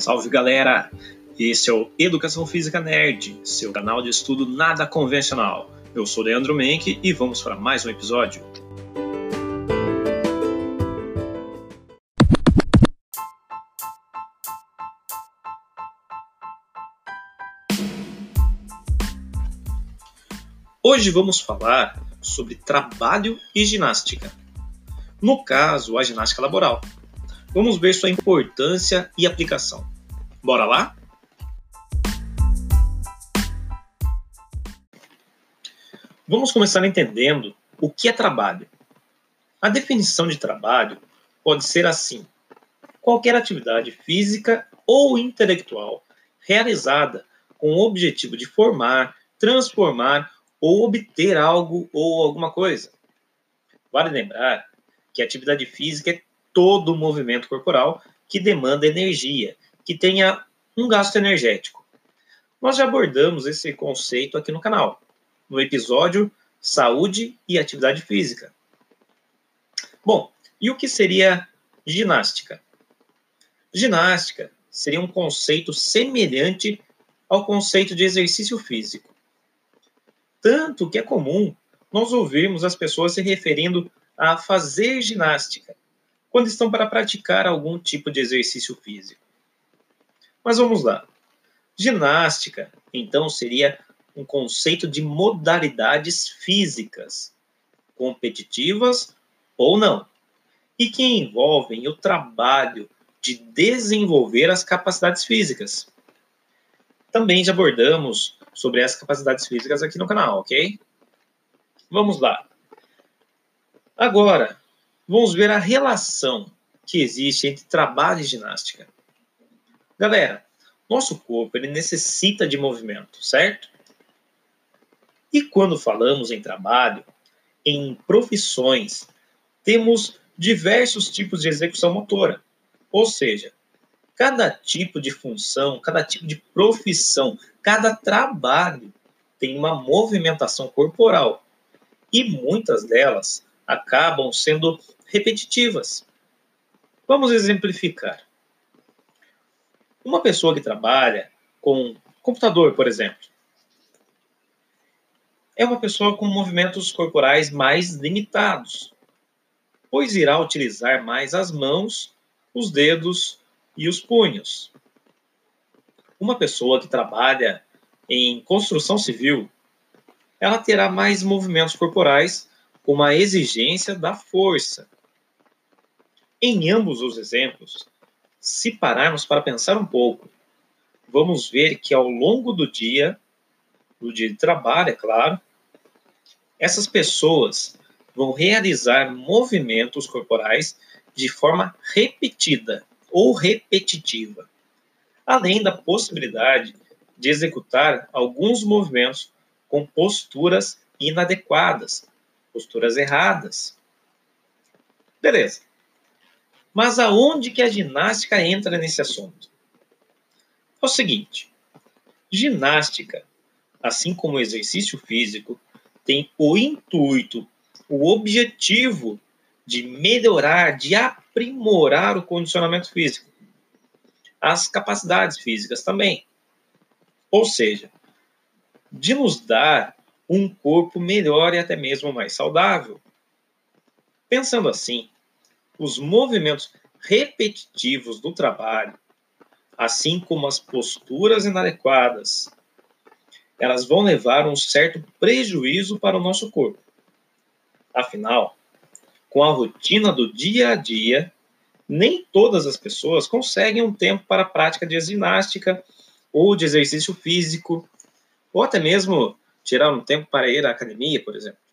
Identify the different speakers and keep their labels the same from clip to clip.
Speaker 1: Salve galera! Esse é o Educação Física Nerd, seu canal de estudo nada convencional. Eu sou Leandro Menck e vamos para mais um episódio. Hoje vamos falar sobre trabalho e ginástica. No caso, a ginástica laboral. Vamos ver sua importância e aplicação. Bora lá? Vamos começar entendendo o que é trabalho. A definição de trabalho pode ser assim: qualquer atividade física ou intelectual realizada com o objetivo de formar, transformar ou obter algo ou alguma coisa. Vale lembrar que a atividade física é todo o movimento corporal que demanda energia, que tenha um gasto energético. Nós já abordamos esse conceito aqui no canal, no episódio Saúde e Atividade Física. Bom, e o que seria ginástica? Ginástica seria um conceito semelhante ao conceito de exercício físico. Tanto que é comum nós ouvirmos as pessoas se referindo a fazer ginástica quando estão para praticar algum tipo de exercício físico. Mas vamos lá. Ginástica, então, seria um conceito de modalidades físicas, competitivas ou não, e que envolvem o trabalho de desenvolver as capacidades físicas. Também já abordamos sobre as capacidades físicas aqui no canal, ok? Vamos lá. Agora, vamos ver a relação que existe entre trabalho e ginástica. Galera, nosso corpo ele necessita de movimento, certo? E quando falamos em trabalho, em profissões, temos diversos tipos de execução motora. Ou seja, cada tipo de função, cada tipo de profissão, cada trabalho tem uma movimentação corporal. E muitas delas acabam sendo repetitivas. Vamos exemplificar. Uma pessoa que trabalha com computador, por exemplo, é uma pessoa com movimentos corporais mais limitados, pois irá utilizar mais as mãos, os dedos e os punhos. Uma pessoa que trabalha em construção civil, ela terá mais movimentos corporais com uma exigência da força. Em ambos os exemplos, se pararmos para pensar um pouco, vamos ver que ao longo do dia de trabalho, é claro, essas pessoas vão realizar movimentos corporais de forma repetida ou repetitiva, além da possibilidade de executar alguns movimentos com posturas inadequadas, posturas erradas. Beleza. Mas aonde que a ginástica entra nesse assunto? É o seguinte, ginástica, assim como o exercício físico, tem o intuito, o objetivo de melhorar, de aprimorar o condicionamento físico, as capacidades físicas também. Ou seja, de nos dar um corpo melhor e até mesmo mais saudável. Pensando assim, os movimentos repetitivos do trabalho, assim como as posturas inadequadas, elas vão levar um certo prejuízo para o nosso corpo. Afinal, com a rotina do dia a dia, nem todas as pessoas conseguem um tempo para a prática de ginástica ou de exercício físico, ou até mesmo tirar um tempo para ir à academia, por exemplo.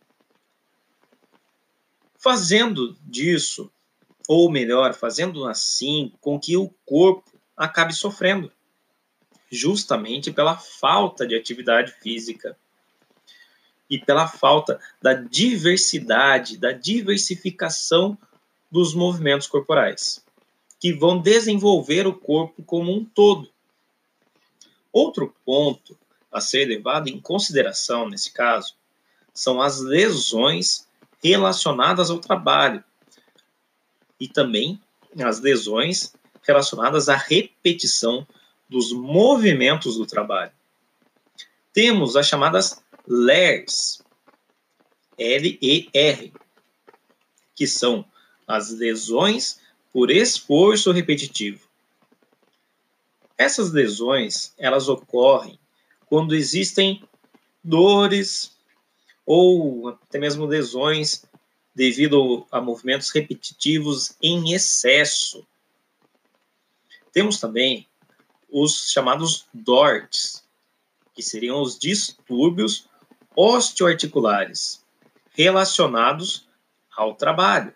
Speaker 1: Fazendo disso, ou melhor, fazendo assim com que o corpo acabe sofrendo, justamente pela falta de atividade física e pela falta da diversidade, da diversificação dos movimentos corporais, que vão desenvolver o corpo como um todo. Outro ponto a ser levado em consideração nesse caso são as lesões relacionadas ao trabalho e também as lesões relacionadas à repetição dos movimentos do trabalho. Temos as chamadas LERs, L-E-R, que são as lesões por esforço repetitivo. Essas lesões, elas ocorrem quando existem dores ou até mesmo lesões devido a movimentos repetitivos em excesso. Temos também os chamados DORTs, que seriam os distúrbios osteoarticulares relacionados ao trabalho.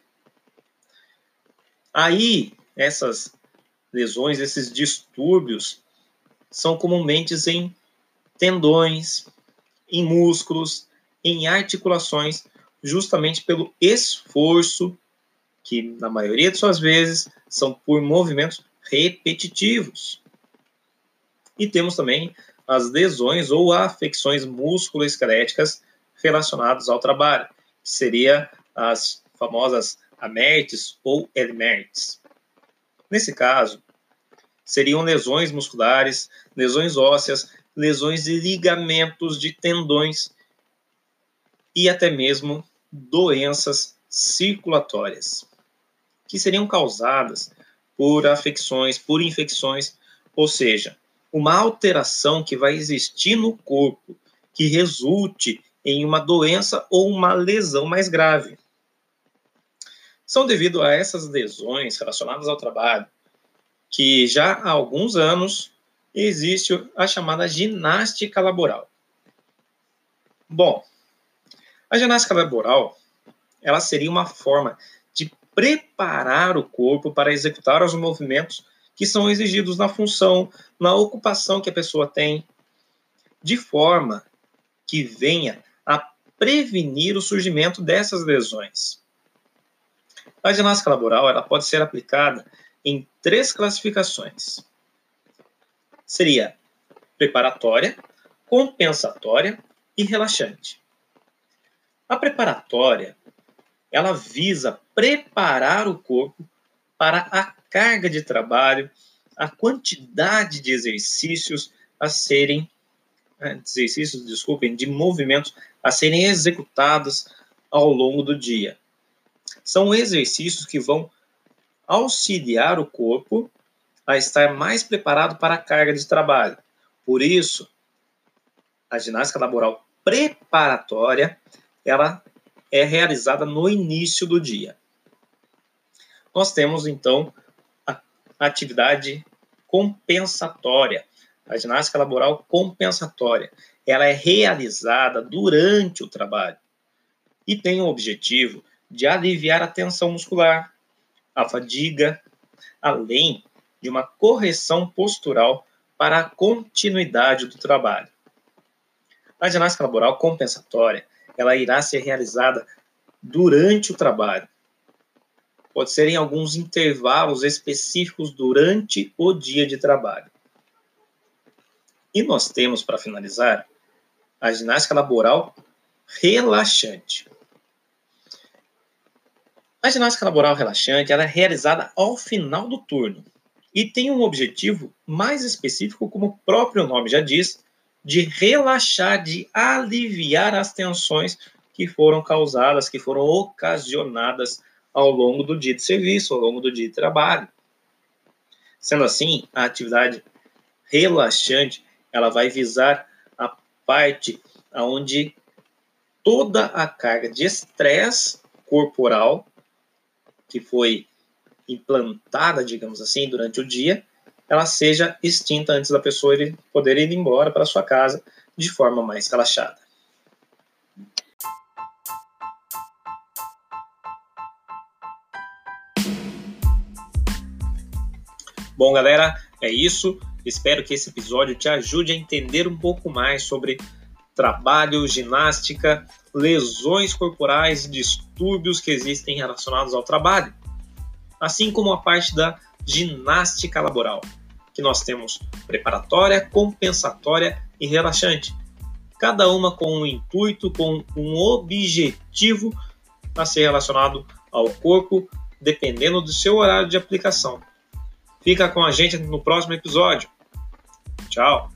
Speaker 1: Aí, essas lesões, esses distúrbios, são comumente em tendões, em músculos, em articulações, justamente pelo esforço, que na maioria de suas vezes são por movimentos repetitivos. E temos também as lesões ou afecções musculoesqueléticas relacionadas ao trabalho, que seria as famosas AMERTs ou LMERTs. Nesse caso, seriam lesões musculares, lesões ósseas, lesões de ligamentos, de tendões e até mesmo doenças circulatórias, que seriam causadas por afecções, por infecções, ou seja, uma alteração que vai existir no corpo que resulte em uma doença ou uma lesão mais grave. São devido a essas lesões relacionadas ao trabalho que já há alguns anos existe a chamada ginástica laboral. Bom, a ginástica laboral, ela seria uma forma de preparar o corpo para executar os movimentos que são exigidos na função, na ocupação que a pessoa tem, de forma que venha a prevenir o surgimento dessas lesões. A ginástica laboral, ela pode ser aplicada em 3 classificações. Seria preparatória, compensatória e relaxante. A preparatória, ela visa preparar o corpo para a carga de trabalho, a quantidade de exercícios a serem, de movimentos a serem executados ao longo do dia. São exercícios que vão auxiliar o corpo a estar mais preparado para a carga de trabalho. Por isso, a ginástica laboral preparatória, ela é realizada no início do dia. Nós temos, então, a atividade compensatória. A ginástica laboral compensatória. Ela é realizada durante o trabalho e tem o objetivo de aliviar a tensão muscular, a fadiga, além de uma correção postural para a continuidade do trabalho. A ginástica laboral compensatória, ela irá ser realizada durante o trabalho. Pode ser em alguns intervalos específicos durante o dia de trabalho. E nós temos, para finalizar, a ginástica laboral relaxante. A ginástica laboral relaxante, ela é realizada ao final do turno e tem um objetivo mais específico, como o próprio nome já diz, de relaxar, de aliviar as tensões que foram causadas, que foram ocasionadas ao longo do dia de serviço, ao longo do dia de trabalho. Sendo assim, a atividade relaxante, ela vai visar a parte onde toda a carga de estresse corporal que foi implantada, digamos assim, durante o dia, ela seja extinta antes da pessoa poder ir embora para sua casa de forma mais relaxada. Bom, galera, é isso. Espero que esse episódio te ajude a entender um pouco mais sobre trabalho, ginástica, lesões corporais e distúrbios que existem relacionados ao trabalho, assim como a parte da ginástica laboral, que nós temos preparatória, compensatória e relaxante, cada uma com um intuito, com um objetivo a ser relacionado ao corpo, dependendo do seu horário de aplicação. Fica com a gente no próximo episódio. Tchau!